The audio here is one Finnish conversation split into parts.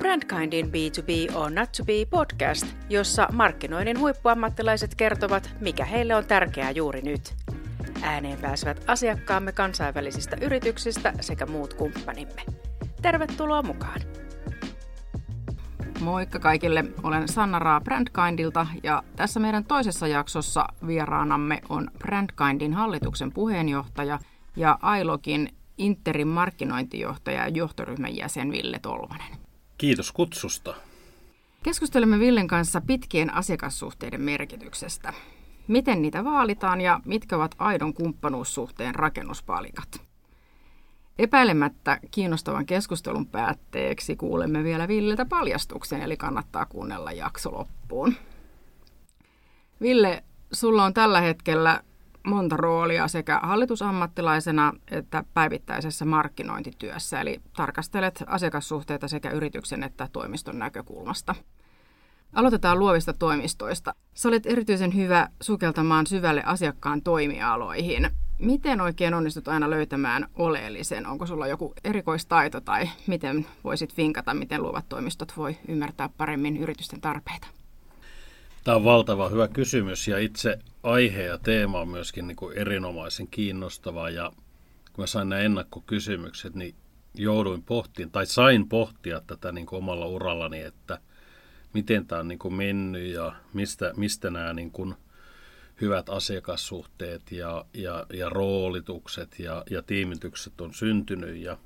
Brandkindin B2B or Not to Be podcast, jossa markkinoinnin huippuammattilaiset kertovat, mikä heille on tärkeää juuri nyt. Ääneen pääsevät asiakkaamme kansainvälisistä yrityksistä sekä muut kumppanimme. Tervetuloa mukaan! Moikka kaikille, olen Sanna Raa Brandkindilta ja tässä meidän toisessa jaksossa vieraanamme on Brandkindin hallituksen puheenjohtaja ja iLogin interim markkinointijohtaja ja johtoryhmän jäsen Ville Tolvanen. Kiitos kutsusta. Keskustelemme Villen kanssa pitkien asiakassuhteiden merkityksestä. Miten niitä vaalitaan ja mitkä ovat aidon kumppanuussuhteen rakennuspalikat? Epäilemättä kiinnostavan keskustelun päätteeksi kuulemme vielä Villeltä paljastuksen, eli kannattaa kuunnella jakso loppuun. Ville, sulla on tällä hetkellä monta roolia sekä hallitusammattilaisena että päivittäisessä markkinointityössä, eli tarkastelet asiakassuhteita sekä yrityksen että toimiston näkökulmasta. Aloitetaan luovista toimistoista. Sä olet erityisen hyvä sukeltamaan syvälle asiakkaan toimialoihin. Miten oikein onnistut aina löytämään oleellisen? Onko sulla joku erikoistaito tai miten voisit vinkata, miten luovat toimistot voi ymmärtää paremmin yritysten tarpeita? Tämä on valtava hyvä kysymys ja itse aihe ja teema on myöskin niin kuin erinomaisen kiinnostava. Ja kun mä sain nämä ennakkokysymykset, niin sain pohtia tätä niin kuin omalla urallani, että miten tämä on niin kuin mennyt ja mistä nämä niin kuin hyvät asiakassuhteet ja roolitukset ja tiimitykset on syntynyt. Ja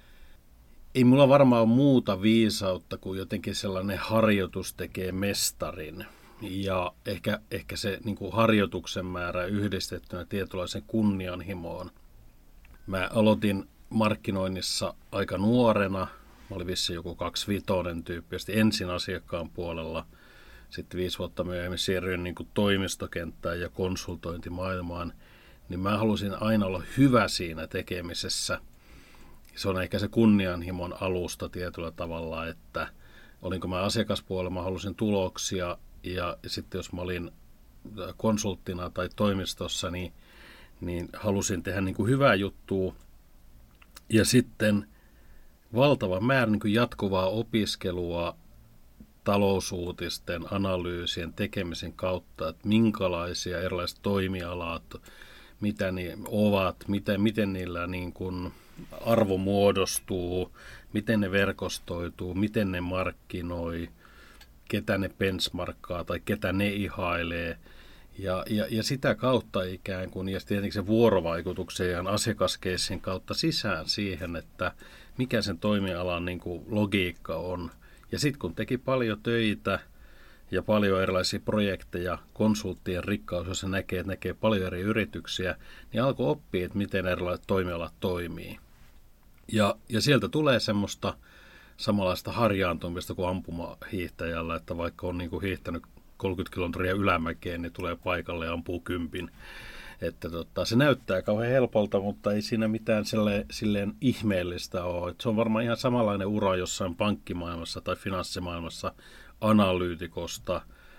ei mulla varmaan ole muuta viisautta kuin jotenkin sellainen harjoitus tekee mestarin. Ja ehkä se niin kuin harjoituksen määrä yhdistettynä tietynlaisen kunnianhimoon. Mä aloitin markkinoinnissa aika nuorena. Mä olin vissiin joku 25 tyyppisesti ensin asiakkaan puolella. Sitten 5 vuotta myöhemmin siirryin niin kuin toimistokenttään ja konsultointimaailmaan. Niin mä halusin aina olla hyvä siinä tekemisessä. Se on ehkä se kunnianhimon alusta tietyllä tavalla, että olinko mä asiakaspuolella, mä halusin tuloksia. Ja sitten jos mä olin konsulttina tai toimistossa, niin halusin tehdä niin kuin hyvää juttua. Ja sitten valtava määrä niin kuin jatkuvaa opiskelua talousuutisten, analyysien tekemisen kautta, että minkälaisia erilaiset toimialat, mitä ne ovat, miten niillä niin kuin arvo muodostuu, miten ne verkostoituu, miten ne markkinoi, ketä ne benchmarkkaa tai ketä ne ihailee. Ja sitä kautta ikään kuin, ja tietenkin se vuorovaikutuksen ja asiakaskeissin kautta sisään siihen, että mikä sen toimialan niin kuin logiikka on. Ja sitten kun teki paljon töitä ja paljon erilaisia projekteja, konsulttien rikkaus, jossa näkee paljon eri yrityksiä, niin alkoi oppia, että miten erilaiset toimialat toimii. Ja sieltä tulee semmoista samanlaista harjaantumista kuin ampumahiihtäjällä, että vaikka on niin kuin hiihtänyt 30 kilometriä ylämäkeen, niin tulee paikalle ja ampuu 10. Että se näyttää kauhean helpolta, mutta ei siinä mitään silleen ihmeellistä ole. Että se on varmaan ihan samanlainen ura jossain pankkimaailmassa tai finanssimaailmassa analyytikosta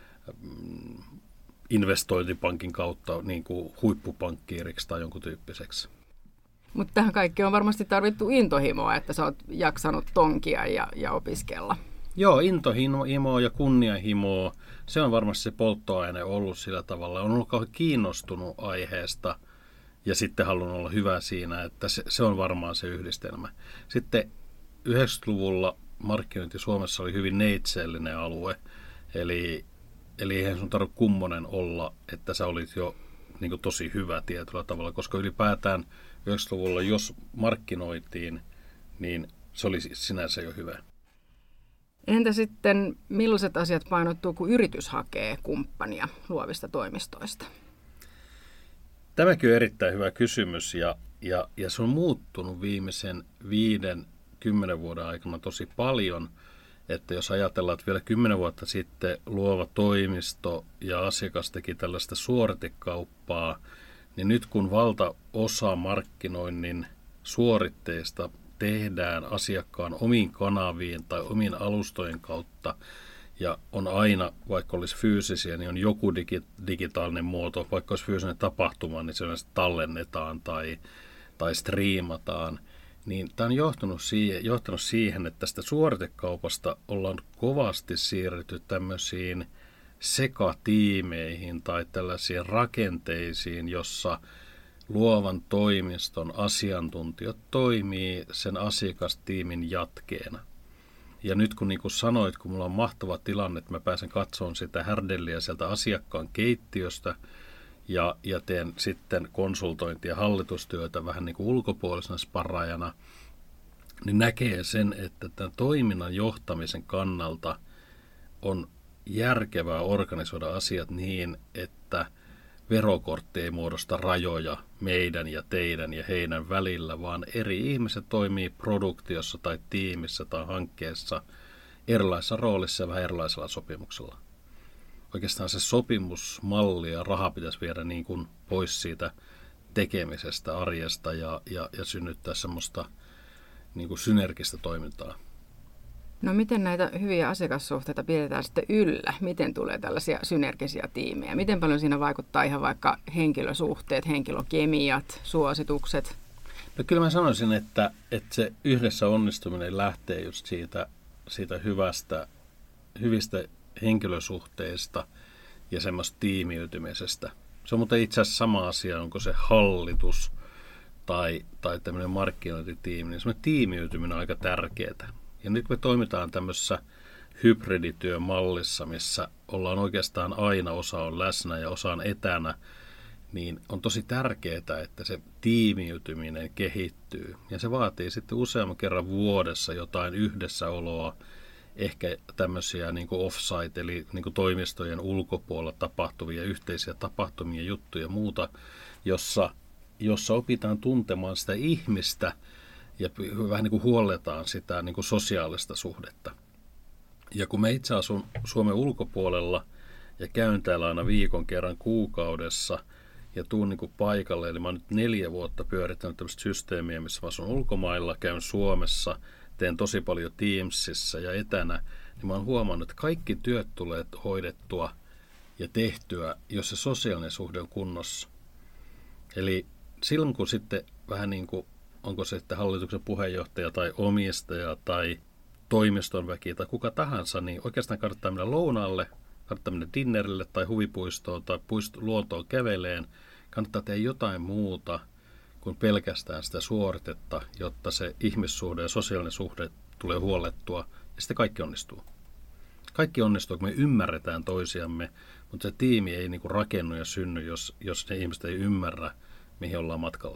investointipankin kautta niin kuin huippupankkiiriksi tai jonkun tyyppiseksi. Mutta tähän kaikkeen on varmasti tarvittu intohimoa, että sä oot jaksanut tonkia ja opiskella. Joo, intohimoa ja kunnianhimoa. Se on varmasti se polttoaine ollut sillä tavalla. On ollut kauhean kiinnostunut aiheesta ja sitten halunnut olla hyvä siinä, että se on varmaan se yhdistelmä. Sitten 90-luvulla markkinointi Suomessa oli hyvin neitsellinen alue, eli eihän sun tarvitse kummonen olla, että sä olit jo niin kuin tosi hyvä tietyllä tavalla, koska ylipäätään 90-luvulla, jos markkinoitiin, niin se oli sinänsä jo hyvä. Entä sitten, millaiset asiat painottuu, kun yritys hakee kumppania luovista toimistoista? Tämäkin on erittäin hyvä kysymys ja se on muuttunut viimeisen 5-10 vuoden aikana tosi paljon. Että jos ajatellaan, että vielä 10 vuotta sitten luova toimisto ja asiakas teki tällaista suoritekauppaa, niin nyt kun valtaosa markkinoinnin suoritteista tehdään asiakkaan omiin kanaviin tai omiin alustojen kautta ja on aina, vaikka olisi fyysisiä, niin on joku digitaalinen muoto, vaikka olisi fyysinen tapahtuma, niin se tallennetaan tai striimataan, niin tämä on johtanut siihen, että tästä suoritekaupasta ollaan kovasti siirrytty tämmöisiin sekatiimeihin tai tällaisiin rakenteisiin, jossa luovan toimiston asiantuntijat toimii sen asiakastiimin jatkeena. Ja nyt kun niin kuin sanoit, kun mulla on mahtava tilanne, että mä pääsen katsomaan sitä härdelliä sieltä asiakkaan keittiöstä ja teen sitten konsultointia ja hallitustyötä vähän niin kuin ulkopuolisena sparraajana, niin näkee sen, että tämän toiminnan johtamisen kannalta on järkevää organisoida asiat niin, että verokortti ei muodosta rajoja meidän ja teidän ja heidän välillä, vaan eri ihmiset toimii produktiossa tai tiimissä tai hankkeessa erilaisessa roolissa ja vähän erilaisella sopimuksella. Oikeastaan se sopimusmalli ja raha pitäisi viedä niin kuin pois siitä tekemisestä, arjesta ja synnyttää semmoista niin kuin synergistä toimintaa. No miten näitä hyviä asiakassuhteita pidetään sitten yllä? Miten tulee tällaisia synergisiä tiimejä? Miten paljon siinä vaikuttaa ihan vaikka henkilösuhteet, henkilökemiat, suositukset? No kyllä mä sanoisin, että se yhdessä onnistuminen lähtee just siitä hyvistä henkilösuhteista ja semmoista tiimiytymisestä. Se on muuten itse asiassa sama asia, onko se hallitus tai tämmöinen markkinointitiimi, niin semmoinen tiimiytyminen on aika tärkeää. Ja nyt me toimitaan tämmöisessä hybridityömallissa, missä ollaan oikeastaan aina, osa on läsnä ja osa on etänä, niin on tosi tärkeää, että se tiimiytyminen kehittyy. Ja se vaatii sitten useamman kerran vuodessa jotain yhdessäoloa, ehkä tämmöisiä niin kuin off-site, eli niin kuin toimistojen ulkopuolella tapahtuvia yhteisiä tapahtumia, juttuja ja muuta, jossa opitaan tuntemaan sitä ihmistä ja vähän niin kuin huolletaan sitä niin kuin sosiaalista suhdetta. Ja kun me itse asun Suomen ulkopuolella ja käyn täällä aina viikon kerran kuukaudessa ja tuun niin kuin paikalle, eli mä oon nyt 4 vuotta pyörittänyt tämmöistä systeemiä, missä mä asun ulkomailla, käyn Suomessa, teen tosi paljon Teamsissa ja etänä, niin mä oon huomannut, että kaikki työt tulee hoidettua ja tehtyä, jos se sosiaalinen suhde on kunnossa. Eli silloin kun sitten vähän niin kuin, onko se sitten hallituksen puheenjohtaja tai omistaja tai toimiston väki tai kuka tahansa, niin oikeastaan kannattaa mennä lounaalle, kannattaa mennä dinnerille tai huvipuistoon tai luontoon käveleen. Kannattaa tehdä jotain muuta kuin pelkästään sitä suoritetta, jotta se ihmissuhde ja sosiaalinen suhde tulee huollettua ja sitten kaikki onnistuu. Kaikki onnistuu, kun me ymmärretään toisiamme, mutta se tiimi ei niinku rakennu ja synny, jos ne ihmiset ei ymmärrä, mihin ollaan matkalla.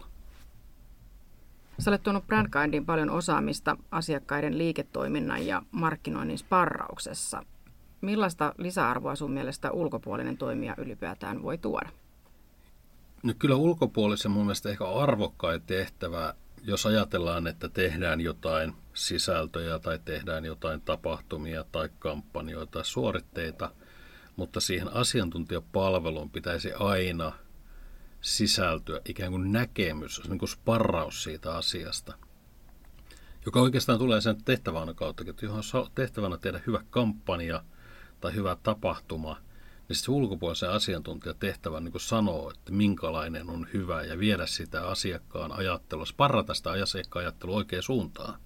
Sä olet tuonut BrandGuideen paljon osaamista asiakkaiden liiketoiminnan ja markkinoinnin sparrauksessa. Millaista lisäarvoa sun mielestä ulkopuolinen toimija ylipäätään voi tuoda? No kyllä ulkopuolisen mun mielestä ehkä arvokkain tehtävä, jos ajatellaan, että tehdään jotain sisältöjä tai tehdään jotain tapahtumia tai kampanjoita tai suoritteita, mutta siihen asiantuntijapalveluun pitäisi aina sisältyä ikään kuin näkemys, niin kuin sparraus siitä asiasta, joka oikeastaan tulee sen tehtävän kautta, että jos on tehtävänä tehdä hyvä kampanja tai hyvä tapahtuma, niin sitten ulkopuolisen asiantuntijatehtävän niin kuin sanoo, että minkälainen on hyvä ja viedä sitä asiakkaan ajattelua, sparrata sitä asiakkaan ajattelua oikeaan suuntaan.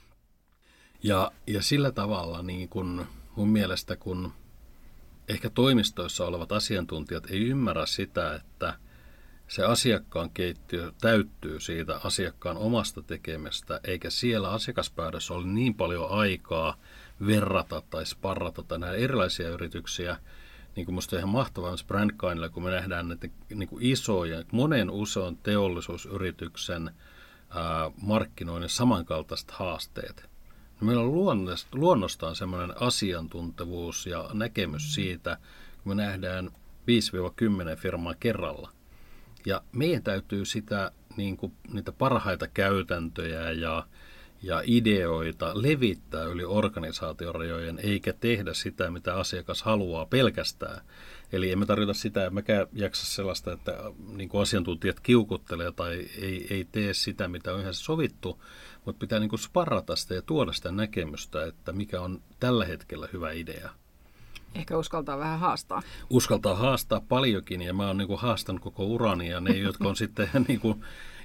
Ja sillä tavalla niin kuin mun mielestä, kun ehkä toimistoissa olevat asiantuntijat ei ymmärrä sitä, että se asiakkaan keittiö täyttyy siitä asiakkaan omasta tekemästä, eikä siellä asiakaspäädössä ole niin paljon aikaa verrata tai sparrata tai nähdä erilaisia yrityksiä. Niin kuin musta on ihan mahtavaa BrandGuidella, kun me nähdään näitä niin kuin isoja, monen usean teollisuusyrityksen markkinoinnin samankaltaiset haasteet. Meillä on luonnostaan semmoinen asiantuntevuus ja näkemys siitä, kun me nähdään 5-10 firmaa kerralla. Ja meidän täytyy sitä, niin kuin, niitä parhaita käytäntöjä ja ideoita levittää yli organisaatiorajojen, eikä tehdä sitä, mitä asiakas haluaa pelkästään. Eli emme tarvita sitä, että mäkään jaksa sellaista, että niin kuin asiantuntijat kiukuttelee tai ei tee sitä, mitä on yhdessä sovittu, mutta pitää niin kuin sparrata sitä ja tuoda sitä näkemystä, että mikä on tällä hetkellä hyvä idea. Ehkä uskaltaa vähän haastaa. Uskaltaa haastaa paljonkin, ja mä oon niin kuin haastanut koko urani, ja ne, jotka on sitten niin kuin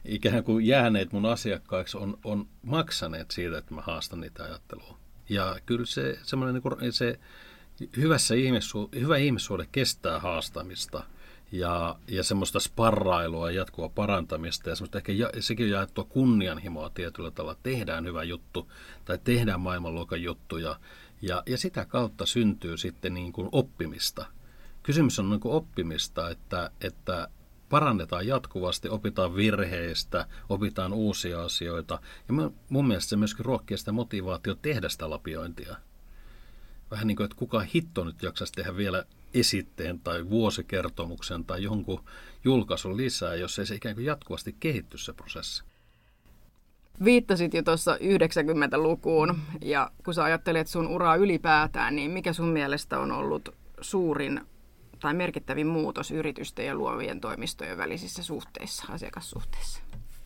ikään kuin jääneet mun asiakkaiksi on maksaneet siitä, että mä haastan niitä ajattelua. Ja kyllä se semmoinen niin kuin, se hyvä ihmissuhde kestää haastamista ja semmoista sparrailua, jatkuvaa parantamista ja semmoista ehkä sekin on jaettua kunnianhimoa tietyllä tavalla. Tehdään hyvä juttu tai tehdään maailmanluokan juttu ja sitä kautta syntyy sitten niin kuin oppimista. Kysymys on niin kuin oppimista, että parannetaan jatkuvasti, opitaan virheistä, opitaan uusia asioita. Ja mun mielestä se myöskin ruokkii sitä motivaatiota tehdä sitä lapiointia. Vähän niin kuin, että kuka hitto nyt jaksaisi tehdä vielä esitteen tai vuosikertomuksen tai jonkun julkaisun lisää, jos ei se ikään kuin jatkuvasti kehitty se prosessi. Viittasit jo tuossa 90-lukuun ja kun sä ajattelet sun uraa ylipäätään, niin mikä sun mielestä on ollut suurin tai merkittävin muutos yritysten ja luovien toimistojen välisissä suhteissa, asiakassuhteissa?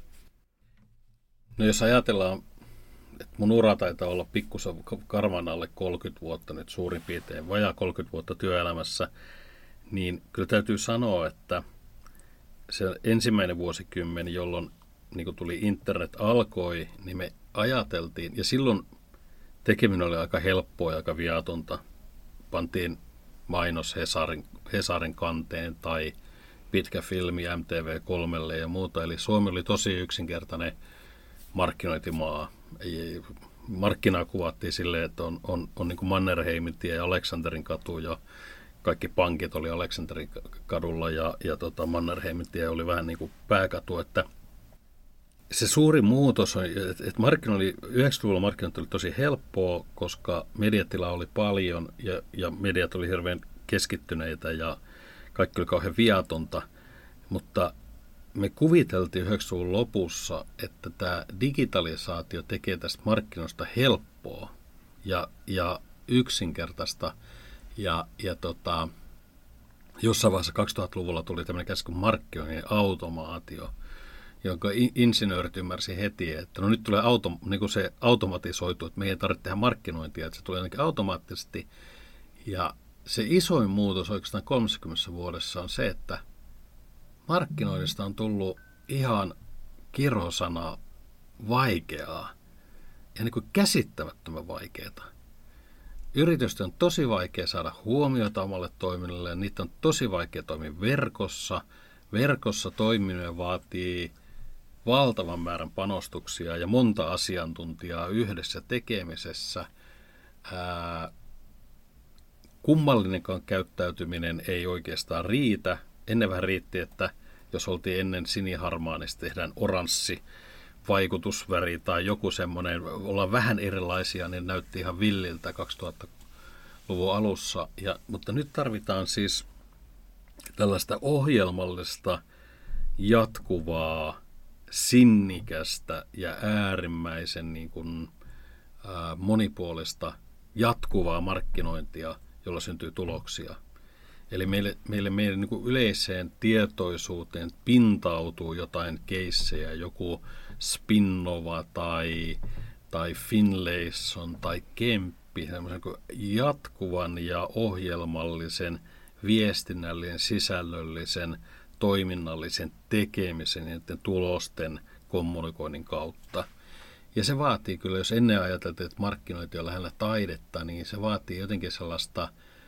No jos ajatellaan, että mun ura taitaa olla pikkusen karvan alle 30 vuotta nyt suurin piirtein, vajaa 30 vuotta työelämässä, niin kyllä täytyy sanoa, että se ensimmäinen vuosikymmen, jolloin niin kun tuli internet alkoi, niin me ajateltiin, ja silloin tekeminen oli aika helppoa ja aika viatonta. Pantiin mainos Hesarin kanteen tai pitkä filmi MTV3 ja muuta. Eli Suomi oli tosi yksinkertainen markkinointimaa. Markkinaa kuvattiin silleen, että on niin kuin Mannerheimin tie ja Aleksanterin katu ja kaikki pankit oli Aleksanterin kadulla ja Mannerheimin tie oli vähän niin kuin pääkatu. Että se suuri muutos on, että 90-luvulla markkinointi oli tosi helppoa, koska mediatilaa oli paljon ja mediat oli hirveän keskittyneitä ja kaikki oli kauhean viatonta. Mutta me kuviteltiin 90-luvun lopussa, että tämä digitalisaatio tekee tästä markkinoista helppoa ja yksinkertaista. Jossain vaiheessa 2000-luvulla tuli tämmöinen käsite kuin markkinoinnin automaatio, jonka insinöörit ymmärsi heti, että no nyt tulee niin kuin se automatisoitu, että me ei tarvitse tehdä markkinointia, että se tulee ainakin automaattisesti. Ja se isoin muutos oikeastaan 30 vuodessa on se, että markkinoinnista on tullut ihan kirosana vaikeaa ja niin kuin käsittämättömän vaikeaa. Yritysten on tosi vaikea saada huomiota omalle toiminnalle ja niitä on tosi vaikea toimia verkossa. Verkossa toimiminen vaatii valtavan määrän panostuksia ja monta asiantuntijaa yhdessä tekemisessä. Kummallinenkaan käyttäytyminen ei oikeastaan riitä. Ennen vähän riitti, että jos oltiin ennen siniharmaa, niin tehdään oranssi vaikutusväri tai joku semmoinen, ollaan vähän erilaisia, niin näytti ihan villiltä 2000-luvun alussa. Mutta nyt tarvitaan siis tällaista ohjelmallista, jatkuvaa, sinnikästä ja äärimmäisen niin kuin, monipuolista, jatkuvaa markkinointia, jolla syntyy tuloksia. Eli meille niin kuin yleiseen tietoisuuteen pintautuu jotain keissejä, joku Spinnova tai Finlayson tai Kemppi, semmoisen jatkuvan ja ohjelmallisen, viestinnällisen, sisällöllisen, toiminnallisen tekemisen ja tulosten kommunikoinnin kautta. Ja se vaatii kyllä, jos ennen ajateltiin, että markkinointi on lähellä taidetta, niin se vaatii jotenkin sellaista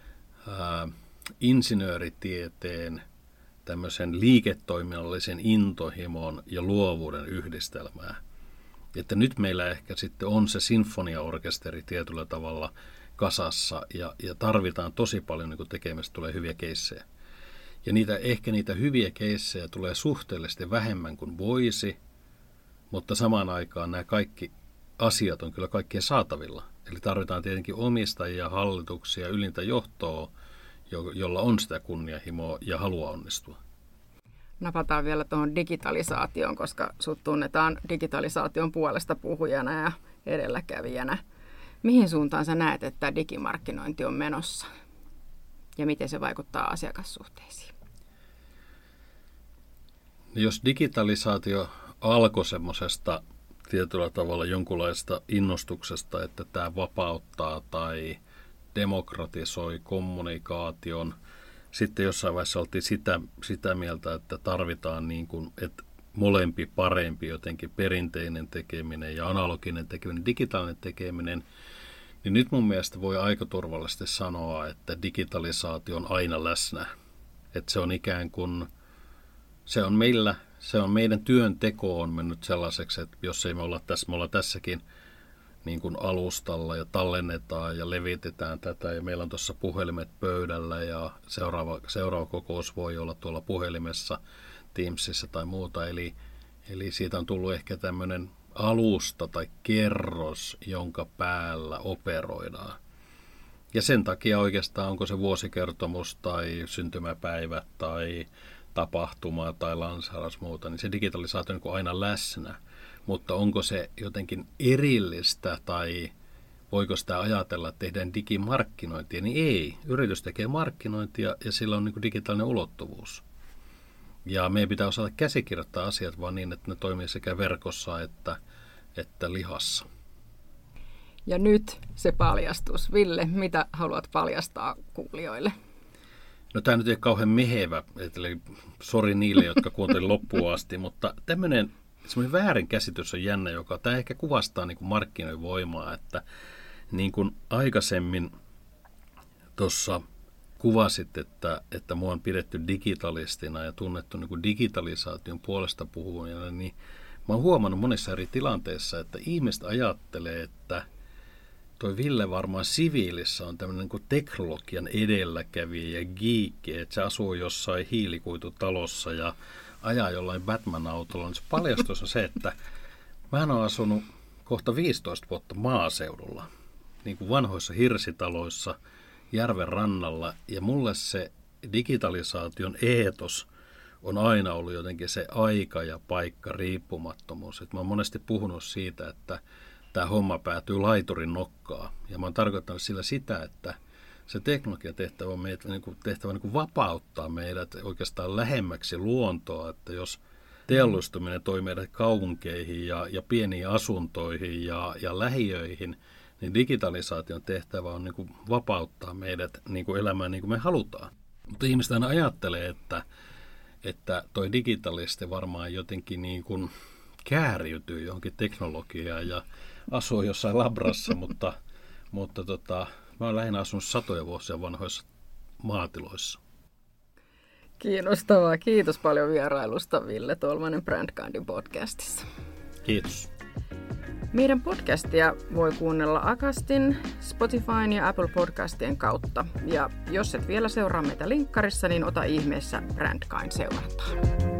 insinööritieteen, tämmöisen liiketoiminnallisen intohimon ja luovuuden yhdistelmää. Että nyt meillä ehkä sitten on se sinfoniaorkesteri tietyllä tavalla kasassa ja tarvitaan tosi paljon niin kun tekemistä, tulee hyviä keissejä. Ja niitä hyviä keissejä tulee suhteellisesti vähemmän kuin voisi, mutta samaan aikaan nämä kaikki asiat on kyllä kaikkien saatavilla. Eli tarvitaan tietenkin omistajia, hallituksia, ylintä johtoa, jolla on sitä kunnianhimoa ja halua onnistua. Napataan vielä tuohon digitalisaatioon, koska sut tunnetaan digitalisaation puolesta puhujana ja edelläkävijänä. Mihin suuntaan sä näet, että digimarkkinointi on menossa? Ja miten se vaikuttaa asiakassuhteisiin? Jos digitalisaatio alkoi semmoisesta tietyllä tavalla jonkunlaista innostuksesta, että tämä vapauttaa tai demokratisoi kommunikaation. Sitten jossain vaiheessa oltiin sitä mieltä, että tarvitaan niin kuin, että molempi parempi jotenkin, perinteinen tekeminen ja analoginen tekeminen, digitaalinen tekeminen, niin nyt mun mielestä voi aika turvallisesti sanoa, että digitalisaatio on aina läsnä. Että se on ikään kuin, se on meidän työnteko on mennyt sellaiseksi, että jos ei me ollaan tässäkin niin kuin alustalla ja tallennetaan ja levitetään tätä ja meillä on tuossa puhelimet pöydällä ja seuraava kokous voi olla tuolla puhelimessa, Teamsissa tai muuta. Eli siitä on tullut ehkä tämmöinen alusta tai kerros, jonka päällä operoidaan. Ja sen takia oikeastaan onko se vuosikertomus tai syntymäpäivä tai tapahtuma tai lansaus muuta, niin se digitalisaatio on niin aina läsnä. Mutta onko se jotenkin erillistä tai voiko sitä ajatella, että tehdään digimarkkinointia, niin ei. Yritys tekee markkinointia ja sillä on niin kuin digitaalinen ulottuvuus. Ja meidän pitää osata käsikirjoittaa asiat vaan niin, että ne toimii sekä verkossa että lihassa. Ja nyt se paljastus. Ville, mitä haluat paljastaa kuulijoille? No tämä nyt ei kauhean mehevä, eli sori niille, jotka kuuntelivat loppuun asti, mutta semmoinen väärinkäsitys on jännä, joka tämä ehkä kuvastaa niin kuin markkinoiden voimaa, että niin kuin aikaisemmin tuossa kuvasit, että mua on pidetty digitalistina ja tunnettu niin kuin digitalisaation puolesta puhujana, niin mä oon huomannut monissa eri tilanteissa, että ihmiset ajattelee, että toi Ville varmaan siviilissä on tämmöinen niin kuin teknologian edelläkävijä ja geekki, että se asuu jossain hiilikuitutalossa ja ajaa jollain Batman-autolla. Niin se paljastus on se, että mä oon asunut kohta 15 vuotta maaseudulla, niin kuin vanhoissa hirsitaloissa, järven rannalla, ja mulle se digitalisaation eetos on aina ollut jotenkin se aika ja paikka riippumattomuus. Et mä oon monesti puhunut siitä, että tämä homma päätyy laiturin nokkaan, ja mä oon tarkoittanut sillä sitä, että se teknologiatehtävä on tehtävä vapauttaa meidät oikeastaan lähemmäksi luontoa, että jos teollistuminen toi meidät kaupunkeihin ja pieniin asuntoihin ja lähiöihin, niin digitalisaation tehtävä on niin kuin vapauttaa meidät niin kuin elämään niin kuin me halutaan. Mutta ihmiset aina ajattelee, että toi digitalisti varmaan jotenkin niin kuin kääriytyy johonkin teknologiaan ja asuu jossain labrassa, mutta mä oon lähinnä asunut satoja vuosia vanhoissa maatiloissa. Kiinnostavaa. Kiitos paljon vierailusta, Ville Tolvanen Brandguidin podcastissa. Kiitos. Meidän podcastia voi kuunnella Acastin, Spotifyn ja Apple Podcastien kautta. Ja jos et vielä seuraa meitä linkkarissa, niin ota ihmeessä Brandguide seurantaan.